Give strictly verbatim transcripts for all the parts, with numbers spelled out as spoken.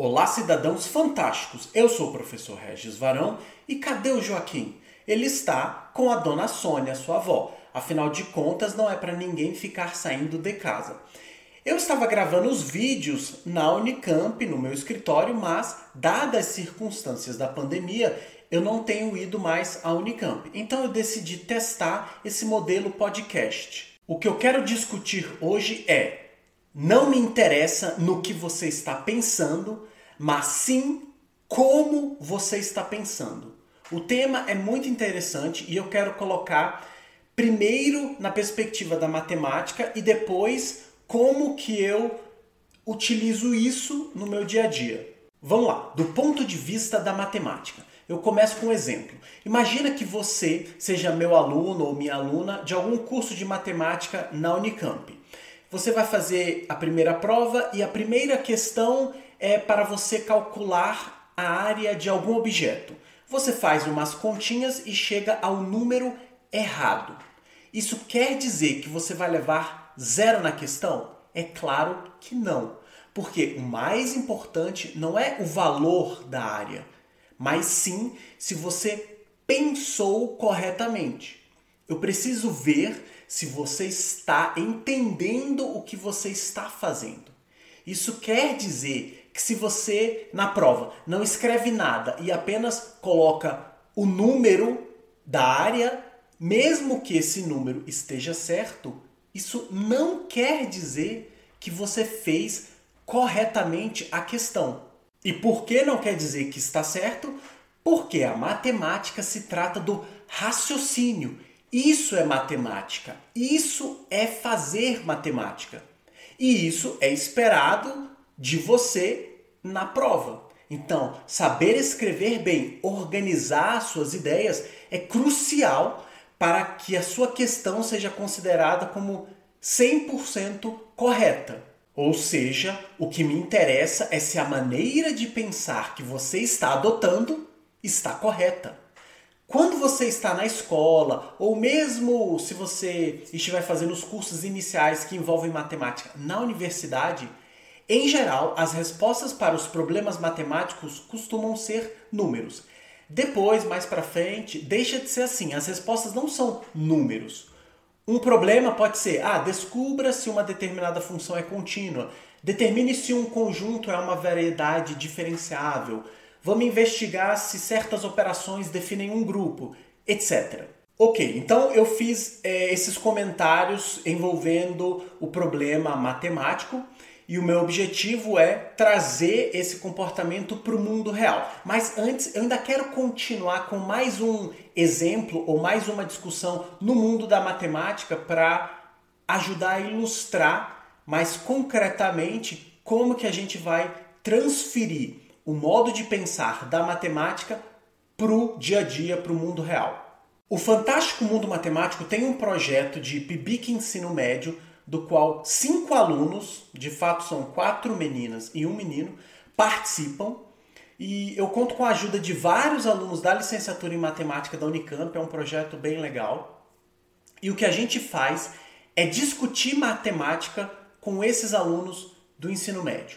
Olá, cidadãos fantásticos! Eu sou o professor Regis Varão e cadê o Joaquim? Ele está com a dona Sônia, sua avó. Afinal de contas, não é para ninguém ficar saindo de casa. Eu estava gravando os vídeos na Unicamp, no meu escritório, mas, dadas as circunstâncias da pandemia, eu não tenho ido mais à Unicamp. Então eu decidi testar esse modelo podcast. O que eu quero discutir hoje é: não me interessa no que você está pensando, mas sim como você está pensando. O tema é muito interessante e eu quero colocar primeiro na perspectiva da matemática e depois como que eu utilizo isso no meu dia a dia. Vamos lá, do ponto de vista da matemática. Eu começo com um exemplo. Imagina que você seja meu aluno ou minha aluna de algum curso de matemática na Unicamp. Você vai fazer a primeira prova e a primeira questão é para você calcular a área de algum objeto. Você faz umas continhas e chega ao número errado. Isso quer dizer que você vai levar zero na questão? É claro que não. Porque o mais importante não é o valor da área, mas sim se você pensou corretamente. Eu preciso ver se você está entendendo o que você está fazendo. Isso quer dizer que se você, na prova, não escreve nada e apenas coloca o número da área, mesmo que esse número esteja certo, isso não quer dizer que você fez corretamente a questão. E por que não quer dizer que está certo? Porque a matemática se trata do raciocínio. Isso é matemática. Isso é fazer matemática. E isso é esperado de você na prova. Então, saber escrever bem, organizar suas ideias é crucial para que a sua questão seja considerada como cem por cento correta. Ou seja, o que me interessa é se a maneira de pensar que você está adotando está correta. Quando você está na escola, ou mesmo se você estiver fazendo os cursos iniciais que envolvem matemática na universidade, em geral, as respostas para os problemas matemáticos costumam ser números. Depois, mais para frente, deixa de ser assim. As respostas não são números. Um problema pode ser, ah, descubra se uma determinada função é contínua. Determine se um conjunto é uma variedade diferenciável. Vamos investigar se certas operações definem um grupo, etcétera. Ok, então eu fiz é, esses comentários envolvendo o problema matemático e o meu objetivo é trazer esse comportamento para o mundo real. Mas antes eu ainda quero continuar com mais um exemplo ou mais uma discussão no mundo da matemática para ajudar a ilustrar mais concretamente como que a gente vai transferir o modo de pensar da matemática para o dia a dia, para o mundo real. O Fantástico Mundo Matemático tem um projeto de P I B I C Ensino Médio, do qual cinco alunos, de fato são quatro meninas e um menino, participam. E eu conto com a ajuda de vários alunos da licenciatura em matemática da Unicamp, é um projeto bem legal. E o que a gente faz é discutir matemática com esses alunos do ensino médio.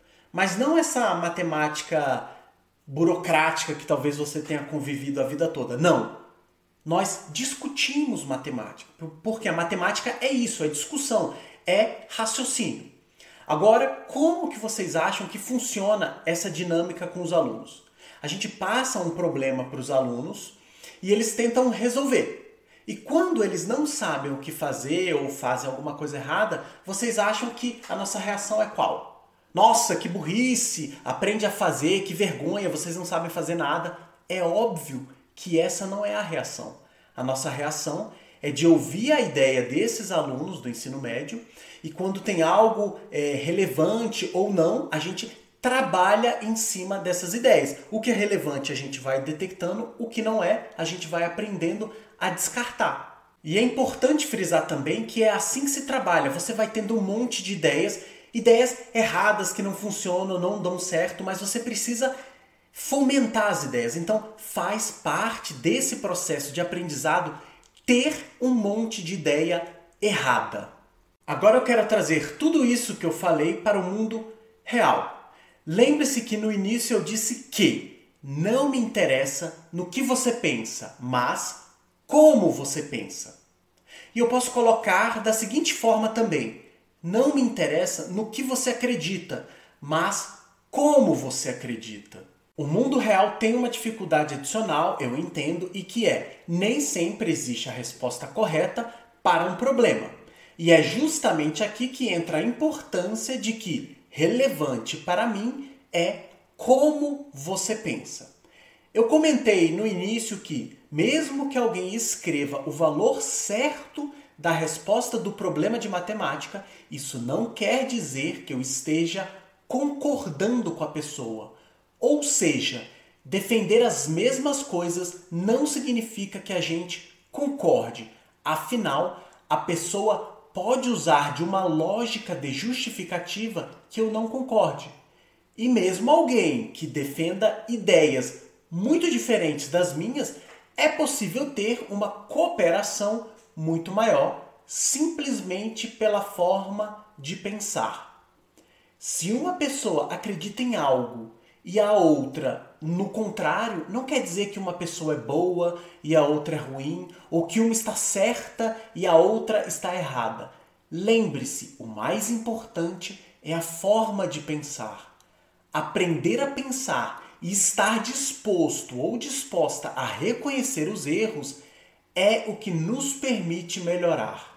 Mas não essa matemática burocrática que talvez você tenha convivido a vida toda. Não. Nós discutimos matemática. Porque a matemática é isso, é discussão, é raciocínio. Agora, como que vocês acham que funciona essa dinâmica com os alunos? A gente passa um problema para os alunos e eles tentam resolver. E quando eles não sabem o que fazer ou fazem alguma coisa errada, vocês acham que a nossa reação é qual? Nossa, que burrice, aprende a fazer, que vergonha, vocês não sabem fazer nada. É óbvio que essa não é a reação. A nossa reação é de ouvir a ideia desses alunos do ensino médio e quando tem algo é, relevante ou não, a gente trabalha em cima dessas ideias. O que é relevante a gente vai detectando, o que não é, a gente vai aprendendo a descartar. E é importante frisar também que é assim que se trabalha. Você vai tendo um monte de ideias, ideias erradas que não funcionam, não dão certo, mas você precisa fomentar as ideias. Então faz parte desse processo de aprendizado ter um monte de ideia errada. Agora eu quero trazer tudo isso que eu falei para o mundo real. Lembre-se que no início eu disse que não me interessa no que você pensa, mas como você pensa. E eu posso colocar da seguinte forma também: não me interessa no que você acredita, mas como você acredita. O mundo real tem uma dificuldade adicional, eu entendo, e que é: nem sempre existe a resposta correta para um problema. E é justamente aqui que entra a importância de que relevante para mim é como você pensa. Eu comentei no início que, mesmo que alguém escreva o valor certo da resposta do problema de matemática, isso não quer dizer que eu esteja concordando com a pessoa. Ou seja, defender as mesmas coisas não significa que a gente concorde. Afinal, a pessoa pode usar de uma lógica de justificativa que eu não concorde. E mesmo alguém que defenda ideias muito diferentes das minhas, é possível ter uma cooperação muito maior, simplesmente pela forma de pensar. Se uma pessoa acredita em algo e a outra, no contrário, não quer dizer que uma pessoa é boa e a outra é ruim, ou que uma está certa e a outra está errada. Lembre-se, o mais importante é a forma de pensar. Aprender a pensar e estar disposto ou disposta a reconhecer os erros é o que nos permite melhorar.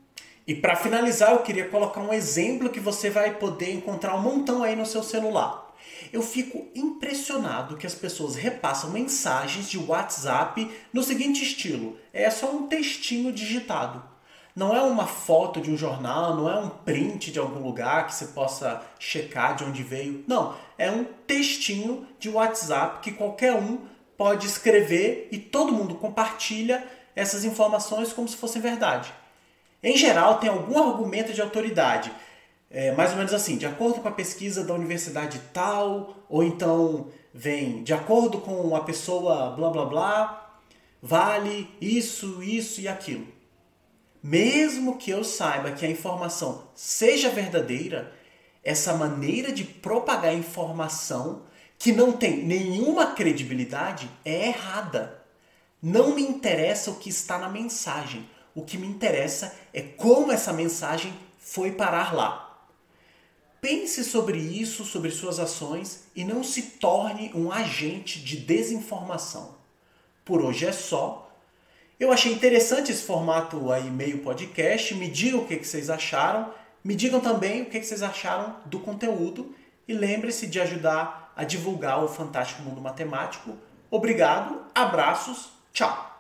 E para finalizar, eu queria colocar um exemplo que você vai poder encontrar um montão aí no seu celular. Eu fico impressionado que as pessoas repassam mensagens de WhatsApp no seguinte estilo: é só um textinho digitado. Não é uma foto de um jornal, não é um print de algum lugar que você possa checar de onde veio. Não, é um textinho de WhatsApp que qualquer um pode escrever e todo mundo compartilha essas informações como se fossem verdade. Em geral, tem algum argumento de autoridade. É, mais ou menos assim, de acordo com a pesquisa da universidade tal, ou então vem, de acordo com a pessoa blá blá blá, vale isso, isso e aquilo. Mesmo que eu saiba que a informação seja verdadeira, essa maneira de propagar informação que não tem nenhuma credibilidade é errada. Não me interessa o que está na mensagem. O que me interessa é como essa mensagem foi parar lá. Pense sobre isso, sobre suas ações, e não se torne um agente de desinformação. Por hoje é só. Eu achei interessante esse formato aí meio podcast. Me digam o que vocês acharam. Me digam também o que vocês acharam do conteúdo. E lembre-se de ajudar a divulgar o Fantástico Mundo Matemático. Obrigado, abraços, tchau!